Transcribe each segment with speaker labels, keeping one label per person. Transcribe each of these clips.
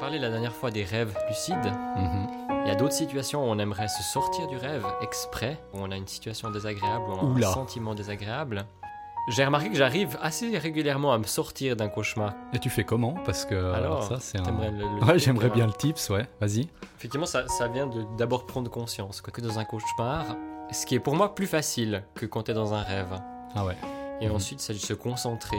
Speaker 1: parlé la dernière fois des rêves lucides.
Speaker 2: Mhm.
Speaker 1: Il y a d'autres situations où on aimerait se sortir du rêve exprès, où on a une situation désagréable ou un
Speaker 2: Oula.
Speaker 1: sentiment désagréable. J'ai remarqué que j'arrive assez régulièrement à me sortir d'un cauchemar.
Speaker 2: Et tu fais comment? Parce que
Speaker 1: Alors,
Speaker 2: ça, c'est un...
Speaker 1: t'aimerais le
Speaker 2: Ouais, j'aimerais
Speaker 1: truc,
Speaker 2: bien le tips, ouais. Vas-y.
Speaker 1: Effectivement, ça vient d'abord prendre conscience que dans un cauchemar, ce qui est pour moi plus facile que quand t'es dans un rêve.
Speaker 2: Ah ouais.
Speaker 1: Et
Speaker 2: Mhm.
Speaker 1: ensuite, c'est de se concentrer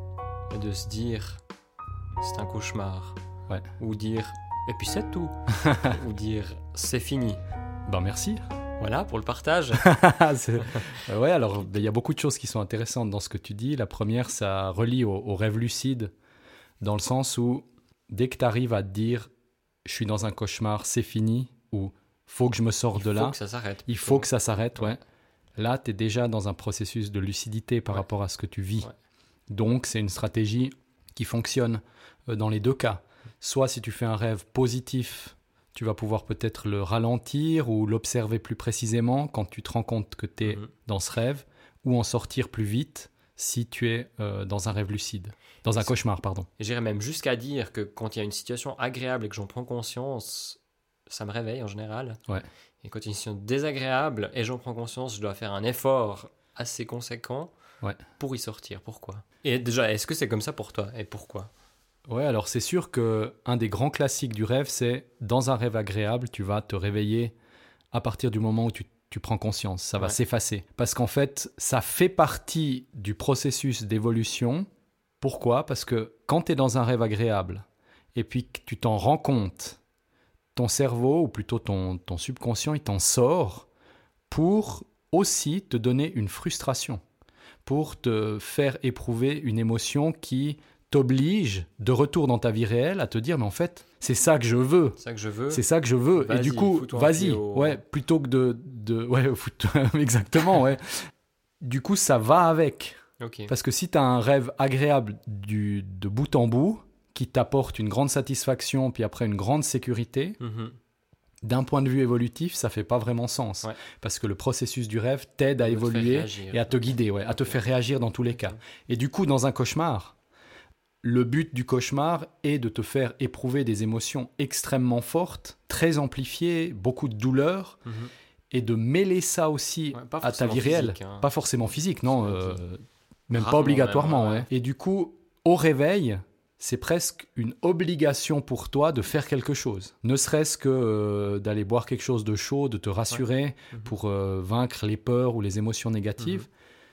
Speaker 1: et de se dire c'est un cauchemar.
Speaker 2: Ouais.
Speaker 1: Ou dire et puis c'est tout. Ou dire c'est fini.
Speaker 2: Ben merci.
Speaker 1: Voilà pour le partage.
Speaker 2: C'est- ouais, alors il y a beaucoup de choses qui sont intéressantes dans ce que tu dis. La première, ça relie au rêve lucide, dans le sens où dès que tu arrives à te dire je suis dans un cauchemar, c'est fini, ou faut que je me sorte de
Speaker 1: Il
Speaker 2: là,
Speaker 1: faut que ça s'arrête.
Speaker 2: il faut que ça s'arrête,
Speaker 1: Ouais.
Speaker 2: ouais. Là, tu es déjà dans un processus de lucidité par
Speaker 1: Ouais.
Speaker 2: rapport à ce que tu vis.
Speaker 1: Ouais.
Speaker 2: Donc, c'est une stratégie qui fonctionne dans les deux cas. Soit si tu fais un rêve positif, tu vas pouvoir peut-être le ralentir ou l'observer plus précisément quand tu te rends compte que tu es
Speaker 1: Mhm.
Speaker 2: dans ce rêve, ou en sortir plus vite si tu es dans un rêve lucide. Dans un
Speaker 1: C'est-
Speaker 2: cauchemar, pardon.
Speaker 1: Et j'irais même jusqu'à dire que quand il y a une situation agréable et que j'en prends conscience, ça me réveille en général.
Speaker 2: Ouais.
Speaker 1: Et quand il y a une situation désagréable et j'en prends conscience, je dois faire un effort assez conséquent
Speaker 2: Ouais.
Speaker 1: pour y sortir. Pourquoi? Et déjà, est-ce que c'est comme ça pour toi? Et pourquoi?
Speaker 2: Ouais, alors c'est sûr que un des grands classiques du rêve, c'est dans un rêve agréable, tu vas te réveiller à partir du moment où tu prends conscience. Ça va
Speaker 1: Ouais.
Speaker 2: s'effacer. Parce qu'en fait, ça fait partie du processus d'évolution. Pourquoi? Parce que quand tu es dans un rêve agréable et puis que tu t'en rends compte, ton cerveau, ou plutôt ton subconscient, il t'en sort pour aussi te donner une frustration, pour te faire éprouver une émotion qui t'oblige de retour dans ta vie réelle à te dire mais en fait c'est ça que je veux,
Speaker 1: C'est ça que je veux.
Speaker 2: c'est ça que je veux, et
Speaker 1: Vas-y,
Speaker 2: du coup
Speaker 1: fous-toi un
Speaker 2: vas-y,
Speaker 1: pied au-
Speaker 2: ouais, plutôt que de ouais, exactement, ouais. Du coup ça va avec,
Speaker 1: Ok.
Speaker 2: parce que si tu as un rêve agréable de bout en bout qui t'apporte une grande satisfaction puis après une grande sécurité,
Speaker 1: Mhm.
Speaker 2: d'un point de vue évolutif, ça fait pas vraiment sens.
Speaker 1: Ouais.
Speaker 2: Parce que le processus du rêve t'aide à
Speaker 1: Ça te fait
Speaker 2: évoluer
Speaker 1: réagir.
Speaker 2: et à te guider, ouais, à te
Speaker 1: Ok.
Speaker 2: faire réagir dans tous les cas. Et du coup, dans un cauchemar, le but du cauchemar est de te faire éprouver des émotions extrêmement fortes, très amplifiées, beaucoup de douleur,
Speaker 1: Mhm.
Speaker 2: et de mêler ça aussi
Speaker 1: Ouais, pas
Speaker 2: à ta
Speaker 1: forcément
Speaker 2: vie réelle.
Speaker 1: physique, hein.
Speaker 2: Pas forcément physique, non, même pas
Speaker 1: Rarement
Speaker 2: obligatoirement.
Speaker 1: même, ouais.
Speaker 2: Ouais. Et du coup, au réveil, c'est presque une obligation pour toi de faire quelque chose. Ne serait-ce que d'aller boire quelque chose de chaud, de te rassurer
Speaker 1: Mhm.
Speaker 2: pour vaincre les peurs ou les émotions négatives.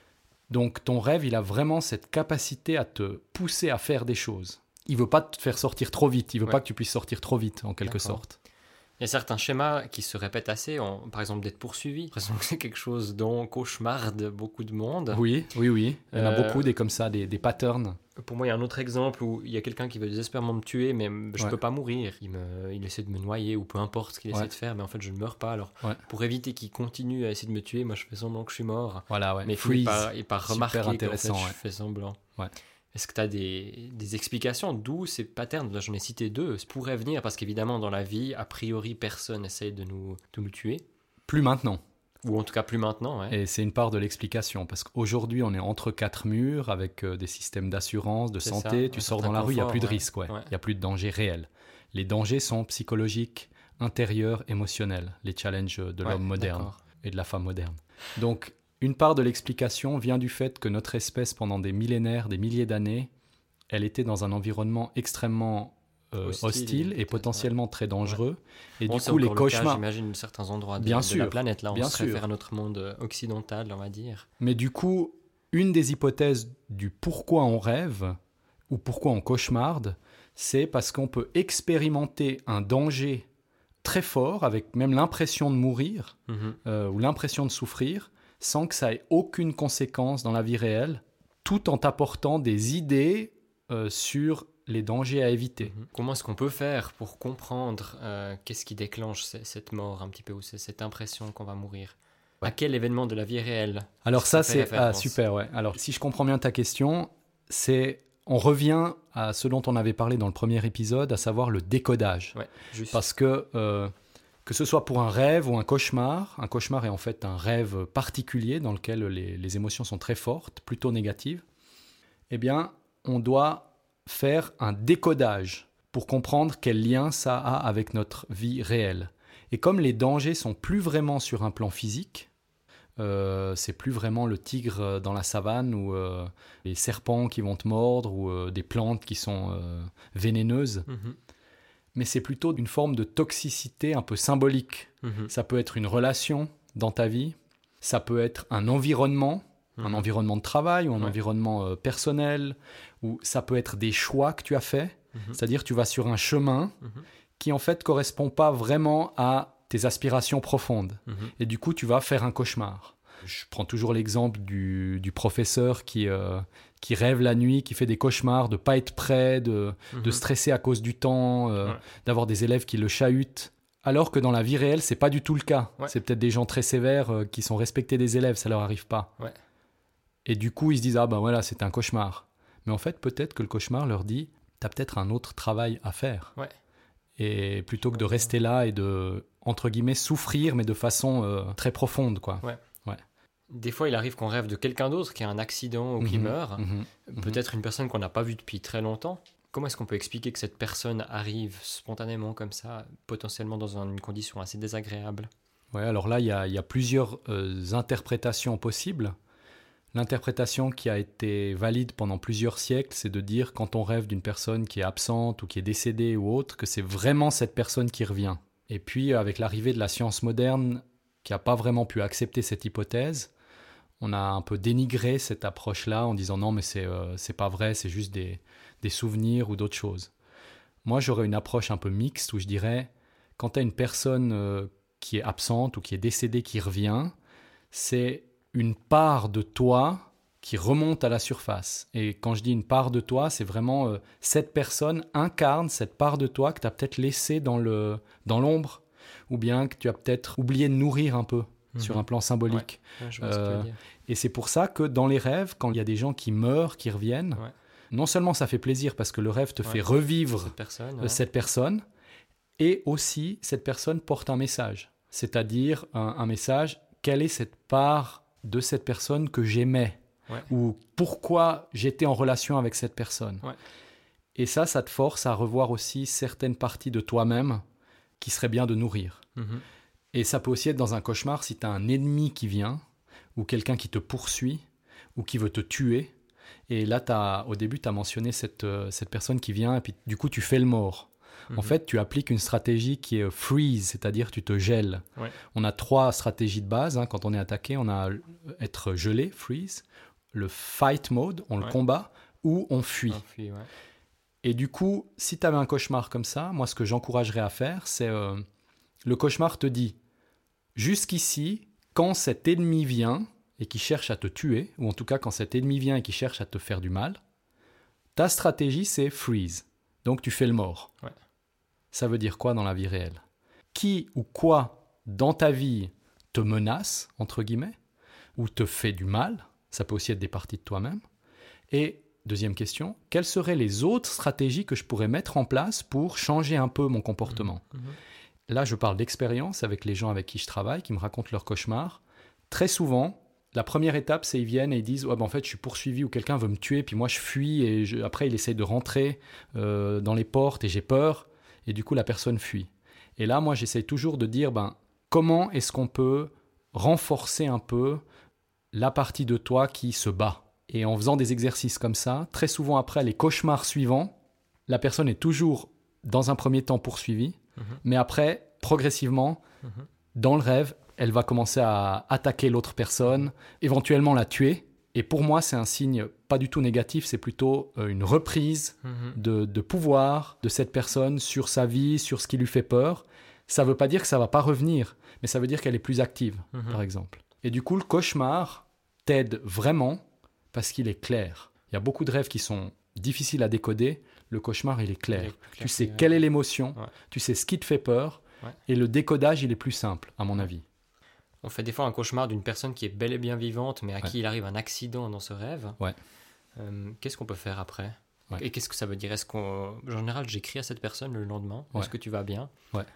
Speaker 2: Donc ton rêve, il a vraiment cette capacité à te pousser à faire des choses. Il veut pas te faire sortir trop vite. Il veut
Speaker 1: Ouais.
Speaker 2: pas que tu puisses sortir trop vite, en quelque
Speaker 1: D'accord.
Speaker 2: sorte.
Speaker 1: Il y a certains schémas qui se répètent assez, par exemple d'être poursuivi. J'ai l'impression que c'est quelque chose dont cauchemarde beaucoup de monde.
Speaker 2: Oui. Il y en a
Speaker 1: Euh,
Speaker 2: beaucoup des comme ça, des patterns.
Speaker 1: Pour moi, il y a un autre exemple où il y a quelqu'un qui veut désespérément me tuer, mais je
Speaker 2: Ouais.
Speaker 1: peux pas mourir. Il essaie de me noyer ou peu importe ce qu'il essaie
Speaker 2: Ouais.
Speaker 1: de faire, mais en fait, je ne meurs pas. Alors,
Speaker 2: Ouais.
Speaker 1: pour éviter qu'il continue à essayer de me tuer, moi, je fais semblant que je suis mort.
Speaker 2: Voilà, ouais.
Speaker 1: Mais il finit
Speaker 2: Freeze.
Speaker 1: par
Speaker 2: Super
Speaker 1: remarquer qu'en fait,
Speaker 2: intéressant,
Speaker 1: je
Speaker 2: ouais.
Speaker 1: fais semblant.
Speaker 2: Ouais.
Speaker 1: Est-ce que tu as des explications d'où ces patterns, là j'en ai cité deux, pourraient venir? Parce qu'évidemment, dans la vie, a priori, personne essaye de nous tuer.
Speaker 2: Plus maintenant.
Speaker 1: Ou en tout cas, plus maintenant. Ouais.
Speaker 2: Et c'est une part de l'explication, parce qu'aujourd'hui, on est entre quatre murs avec des systèmes d'assurance, de
Speaker 1: C'est
Speaker 2: santé.
Speaker 1: ça,
Speaker 2: Tu
Speaker 1: un
Speaker 2: sors
Speaker 1: certain
Speaker 2: dans la rue, il n'y a
Speaker 1: confort,
Speaker 2: plus de
Speaker 1: ouais.
Speaker 2: risque, ouais.
Speaker 1: Ouais.
Speaker 2: Il n'y a plus de danger réel. Les dangers sont psychologiques, intérieurs, émotionnels, les challenges de
Speaker 1: Ouais,
Speaker 2: l'homme moderne
Speaker 1: d'accord.
Speaker 2: et de la femme moderne. Donc, une part de l'explication vient du fait que notre espèce, pendant des millénaires, des milliers d'années, elle était dans un environnement extrêmement hostile et
Speaker 1: peut-être,
Speaker 2: potentiellement très dangereux. Et
Speaker 1: Bon,
Speaker 2: du
Speaker 1: c'est
Speaker 2: coup, les
Speaker 1: encore le cas,
Speaker 2: cauchemars...
Speaker 1: j'imagine, de certains endroits
Speaker 2: Bien
Speaker 1: de la
Speaker 2: sûr,
Speaker 1: planète. Là, on
Speaker 2: bien
Speaker 1: se réfère
Speaker 2: sûr.
Speaker 1: à notre monde occidental, on va dire.
Speaker 2: Mais du coup, une des hypothèses du pourquoi on rêve ou pourquoi on cauchemarde, c'est parce qu'on peut expérimenter un danger très fort, avec même l'impression de mourir ou l'impression de souffrir, sans que ça ait aucune conséquence dans la vie réelle, tout en t'apportant des idées sur les dangers à éviter.
Speaker 1: Comment est-ce qu'on peut faire pour comprendre qu'est-ce qui déclenche cette mort un petit peu, ou cette impression qu'on va mourir?
Speaker 2: Ouais.
Speaker 1: À quel événement de la vie réelle?
Speaker 2: Alors
Speaker 1: est-ce que
Speaker 2: ça,
Speaker 1: fait
Speaker 2: c'est
Speaker 1: référence?
Speaker 2: super, ouais. Alors si je comprends bien ta question, on revient à ce dont on avait parlé dans le premier épisode, à savoir le décodage.
Speaker 1: Ouais, juste.
Speaker 2: Parce que ce soit pour un rêve ou un cauchemar est en fait un rêve particulier dans lequel les émotions sont très fortes, plutôt négatives, eh bien, on doit faire un décodage pour comprendre quel lien ça a avec notre vie réelle. Et comme les dangers sont plus vraiment sur un plan physique, c'est plus vraiment le tigre dans la savane ou les serpents qui vont te mordre ou des plantes qui sont vénéneuses, mais c'est plutôt une forme de toxicité un peu symbolique. Ça peut être une relation dans ta vie, ça peut être un environnement de travail ou un environnement personnel, ou ça peut être des choix que tu as faits, c'est-à-dire tu vas sur un chemin qui en fait correspond pas vraiment à tes aspirations profondes. Et du coup, tu vas faire un cauchemar. Je prends toujours l'exemple du professeur qui rêve la nuit, qui fait des cauchemars, de ne pas être prêt, de stresser à cause du temps, d'avoir des élèves qui le chahutent. Alors que dans la vie réelle, c'est pas du tout le cas. Ouais. C'est peut-être des gens très sévères qui sont respectés des élèves, ça leur arrive pas. Ouais. Et du coup, ils se disent « Ah ben voilà, c'est un cauchemar ». Mais en fait, peut-être que le cauchemar leur dit « T'as peut-être un autre travail à faire ». Ouais. Et plutôt que de rester là et de, entre guillemets, souffrir, mais de façon très profonde, quoi. Ouais. Ouais.
Speaker 1: Des fois, il arrive qu'on rêve de quelqu'un d'autre qui a un accident ou qui meurt. Peut-être une personne qu'on n'a pas vue depuis très longtemps. Comment est-ce qu'on peut expliquer que cette personne arrive spontanément comme ça, potentiellement dans une condition assez désagréable ?
Speaker 2: Ouais, alors là, il y a plusieurs interprétations possibles. L'interprétation qui a été valide pendant plusieurs siècles, c'est de dire quand on rêve d'une personne qui est absente ou qui est décédée ou autre, que c'est vraiment cette personne qui revient. Et puis, avec l'arrivée de la science moderne, qui n'a pas vraiment pu accepter cette hypothèse, on a un peu dénigré cette approche-là en disant non, mais c'est pas vrai, c'est juste des souvenirs ou d'autres choses. Moi, j'aurais une approche un peu mixte où je dirais, quand tu as une personne qui est absente ou qui est décédée qui revient, c'est une part de toi qui remonte à la surface. Et quand je dis une part de toi, c'est vraiment cette personne incarne cette part de toi que tu as peut-être laissée dans l'ombre, ou bien que tu as peut-être oublié de nourrir un peu sur un plan symbolique.
Speaker 1: Ouais, je vois ce que tu veux dire.
Speaker 2: Et c'est pour ça que dans les rêves, quand il y a des gens qui meurent, qui reviennent, non seulement ça fait plaisir parce que le rêve te fait revivre cette personne, et aussi cette personne porte un message. C'est-à-dire un message, quelle est cette part de cette personne que j'aimais, ou pourquoi j'étais en relation avec cette personne. Et ça te force à revoir aussi certaines parties de toi-même qui serait bien de nourrir. Et ça peut aussi être dans un cauchemar si tu as un ennemi qui vient, ou quelqu'un qui te poursuit, ou qui veut te tuer. Et là, au début, tu as mentionné cette personne qui vient, et puis du coup, tu fais le mort. En fait, tu appliques une stratégie qui est freeze, c'est-à-dire tu te gèles. On a 3 stratégies de base. Quand on est attaqué, on a être gelé, freeze, le fight mode, on le combat, ou on fuit. Et du coup, si tu avais un cauchemar comme ça, moi, ce que j'encouragerais à faire, c'est le cauchemar te dit, jusqu'ici, quand cet ennemi vient et qui cherche à te tuer, ou en tout cas quand cet ennemi vient et qui cherche à te faire du mal, ta stratégie, c'est freeze. Donc, tu fais le mort. Ça veut dire quoi dans la vie réelle ? Qui ou quoi dans ta vie te menace, entre guillemets, ou te fait du mal ? Ça peut aussi être des parties de toi-même. Et deuxième question, quelles seraient les autres stratégies que je pourrais mettre en place pour changer un peu mon comportement ? Là, je parle d'expérience avec les gens avec qui je travaille, qui me racontent leurs cauchemars. Très souvent, la première étape, c'est ils viennent et ils disent en fait, je suis poursuivi ou quelqu'un veut me tuer, puis moi je fuis, et après il essaye de rentrer dans les portes et j'ai peur. Et du coup, la personne fuit. Et là, moi, j'essaye toujours de dire, comment est-ce qu'on peut renforcer un peu la partie de toi qui se bat ? Et en faisant des exercices comme ça, très souvent après les cauchemars suivants, la personne est toujours, dans un premier temps, poursuivie. Mais après, progressivement, dans le rêve, elle va commencer à attaquer l'autre personne, éventuellement la tuer. Et pour moi, c'est un signe pas du tout négatif, c'est plutôt une reprise de pouvoir de cette personne sur sa vie, sur ce qui lui fait peur. Ça ne veut pas dire que ça ne va pas revenir, mais ça veut dire qu'elle est plus active, par exemple. Et du coup, le cauchemar t'aide vraiment parce qu'il est clair. Il y a beaucoup de rêves qui sont difficiles à décoder. Le cauchemar, il est clair. Tu sais quelle est l'émotion, tu sais ce qui te fait peur, et le décodage, il est plus simple, à mon avis.
Speaker 1: On fait des fois un cauchemar d'une personne qui est bel et bien vivante, mais à qui il arrive un accident dans ce rêve. Qu'est-ce qu'on peut faire après ? Et qu'est-ce que ça veut dire ? En général, j'écris à cette personne le lendemain. Est-ce que tu vas bien ?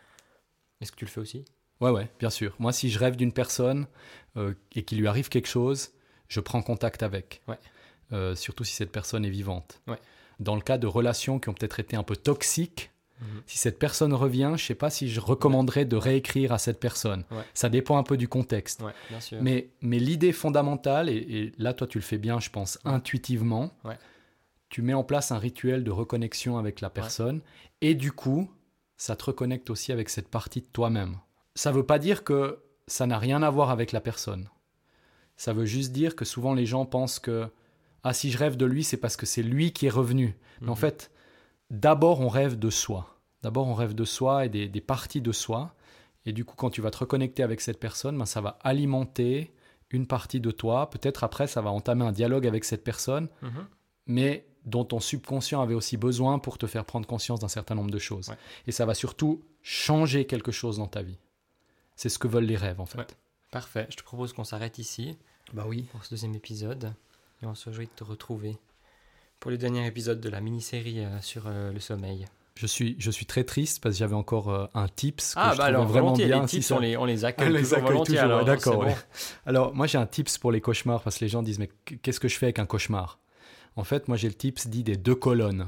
Speaker 1: Est-ce que tu le fais aussi ?
Speaker 2: Ouais, bien sûr. Moi, si je rêve d'une personne et qu'il lui arrive quelque chose, je prends contact avec. Surtout si cette personne est vivante. Dans le cas de relations qui ont peut-être été un peu toxiques, si cette personne revient, je ne sais pas si je recommanderais de réécrire à cette personne.
Speaker 1: Ouais.
Speaker 2: Ça dépend un peu du contexte.
Speaker 1: Ouais, bien sûr.
Speaker 2: Mais l'idée fondamentale, et là, toi, tu le fais bien, je pense, intuitivement, tu mets en place un rituel de reconnexion avec la personne et du coup, ça te reconnecte aussi avec cette partie de toi-même. Ça ne veut pas dire que ça n'a rien à voir avec la personne. Ça veut juste dire que souvent, les gens pensent que si je rêve de lui, c'est parce que c'est lui qui est revenu. Mais en fait, d'abord, on rêve de soi. D'abord, on rêve de soi et des parties de soi. Et du coup, quand tu vas te reconnecter avec cette personne, ça va alimenter une partie de toi. Peut-être après, ça va entamer un dialogue avec cette personne, mais dont ton subconscient avait aussi besoin pour te faire prendre conscience d'un certain nombre de choses. Ouais. Et ça va surtout changer quelque chose dans ta vie. C'est ce que veulent les rêves, en fait. Ouais.
Speaker 1: Parfait. Je te propose qu'on s'arrête ici.
Speaker 2: Bah oui.
Speaker 1: Pour ce deuxième épisode. Et on se réjouit de te retrouver pour le dernier épisode de la mini-série sur le sommeil.
Speaker 2: Je suis très triste parce que j'avais encore un tips que je trouvais
Speaker 1: alors,
Speaker 2: vraiment bien.
Speaker 1: Les tips, on les accueille toujours volontiers.
Speaker 2: Toujours,
Speaker 1: alors,
Speaker 2: d'accord.
Speaker 1: Bon.
Speaker 2: Alors, moi, j'ai un tips pour les cauchemars parce que les gens disent « Mais qu'est-ce que je fais avec un cauchemar ?» En fait, moi, j'ai le tips dit des 2 colonnes.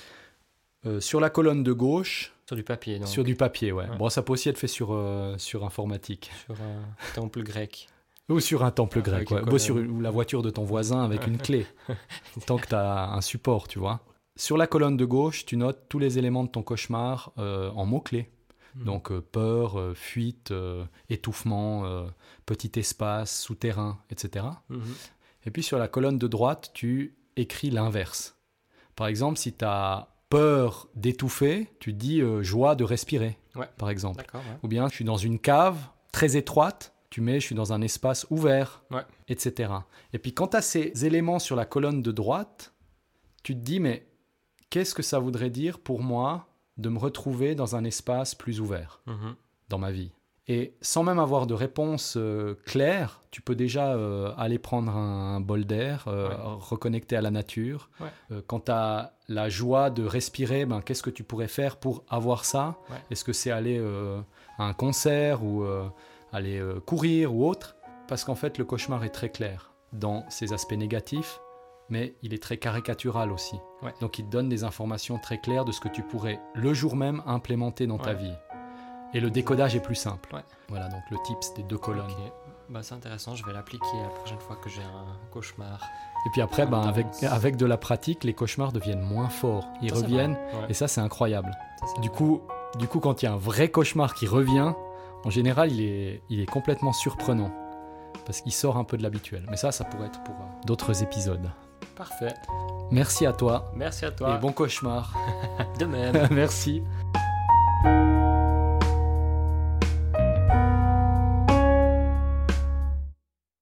Speaker 2: Sur la colonne de gauche...
Speaker 1: Sur du papier, donc.
Speaker 2: Sur du papier, ouais. Bon, ça peut aussi être fait sur informatique.
Speaker 1: Sur un temple grec.
Speaker 2: Ou sur un temple grec, ouais. Ou sur la voiture de ton voisin avec une clé. Tant que tu as un support, tu vois. Sur la colonne de gauche, tu notes tous les éléments de ton cauchemar en mots-clés. Donc peur, fuite, étouffement, petit espace, souterrain, etc. Et puis sur la colonne de droite, tu écris l'inverse. Par exemple, si tu as peur d'étouffer, tu dis joie de respirer, par exemple. Ou bien je suis dans une cave très étroite, tu mets je suis dans un espace ouvert, etc. Et puis quand tu as ces éléments sur la colonne de droite, tu te dis mais qu'est-ce que ça voudrait dire pour moi de me retrouver dans un espace plus ouvert dans ma vie? Et sans même avoir de réponse claire, tu peux déjà aller prendre un bol d'air, reconnecter à la nature. Quand tu as la joie de respirer, qu'est-ce que tu pourrais faire pour avoir ça? Est-ce que c'est aller à un concert ou aller courir ou autre? Parce qu'en fait, le cauchemar est très clair dans ses aspects négatifs, mais il est très caricatural aussi. Donc, il te donne des informations très claires de ce que tu pourrais, le jour même, implémenter dans ta vie. Et le décodage est plus simple. Voilà, donc le tips des 2 colonnes.
Speaker 1: Okay. C'est intéressant, je vais l'appliquer la prochaine fois que j'ai un cauchemar.
Speaker 2: Et puis après, avec de la pratique, les cauchemars deviennent moins forts. Ils reviennent, et ça, c'est incroyable. Du coup, quand il y a un vrai cauchemar qui revient, en général, il est complètement surprenant. Parce qu'il sort un peu de l'habituel. Mais ça pourrait être pour d'autres épisodes.
Speaker 1: Parfait.
Speaker 2: Merci à toi.
Speaker 1: Merci à toi.
Speaker 2: Et bon cauchemar.
Speaker 1: De même.
Speaker 2: Merci.